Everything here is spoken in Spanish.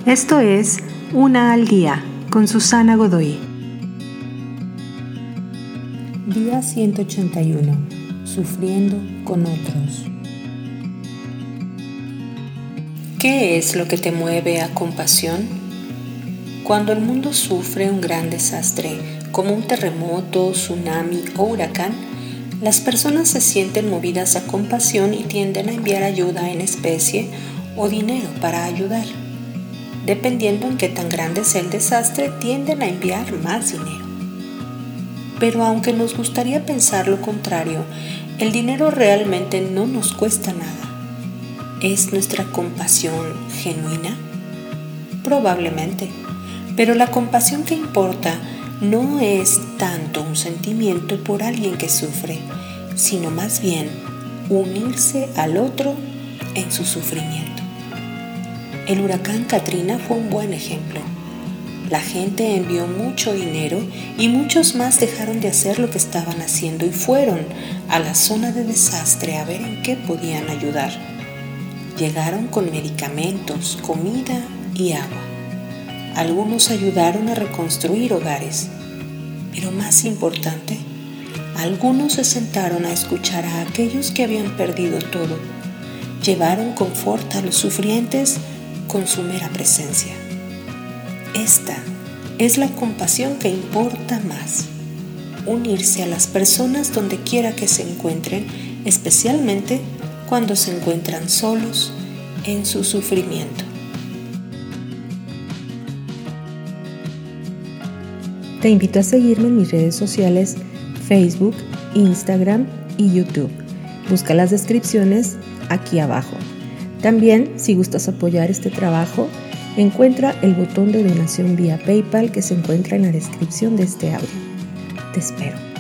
Esto es Una al Día con Susana Godoy. Día 181. Sufriendo con otros. ¿Qué es lo que te mueve a compasión? Cuando el mundo sufre un gran desastre, como un terremoto, tsunami o huracán, las personas se sienten movidas a compasión y tienden a enviar ayuda en especie o dinero para ayudar. Dependiendo en qué tan grande sea el desastre, tienden a enviar más dinero. Pero aunque nos gustaría pensar lo contrario, el dinero realmente no nos cuesta nada. ¿Es nuestra compasión genuina? Probablemente, pero la compasión que importa no es tanto un sentimiento por alguien que sufre, sino más bien unirse al otro en su sufrimiento. El huracán Katrina fue un buen ejemplo. La gente envió mucho dinero y muchos más dejaron de hacer lo que estaban haciendo y fueron a la zona de desastre a ver en qué podían ayudar. Llegaron con medicamentos, comida y agua. Algunos ayudaron a reconstruir hogares, pero más importante, algunos se sentaron a escuchar a aquellos que habían perdido todo. Llevaron confort a los sufrientes con su mera presencia. Esta es la compasión que importa más. Unirse a las personas donde quiera que se encuentren, especialmente cuando se encuentran solos en su sufrimiento. Te invito a seguirme en mis redes sociales Facebook, Instagram y YouTube. Busca las descripciones aquí abajo. También, si gustas apoyar este trabajo, encuentra el botón de donación vía PayPal que se encuentra en la descripción de este audio. Te espero.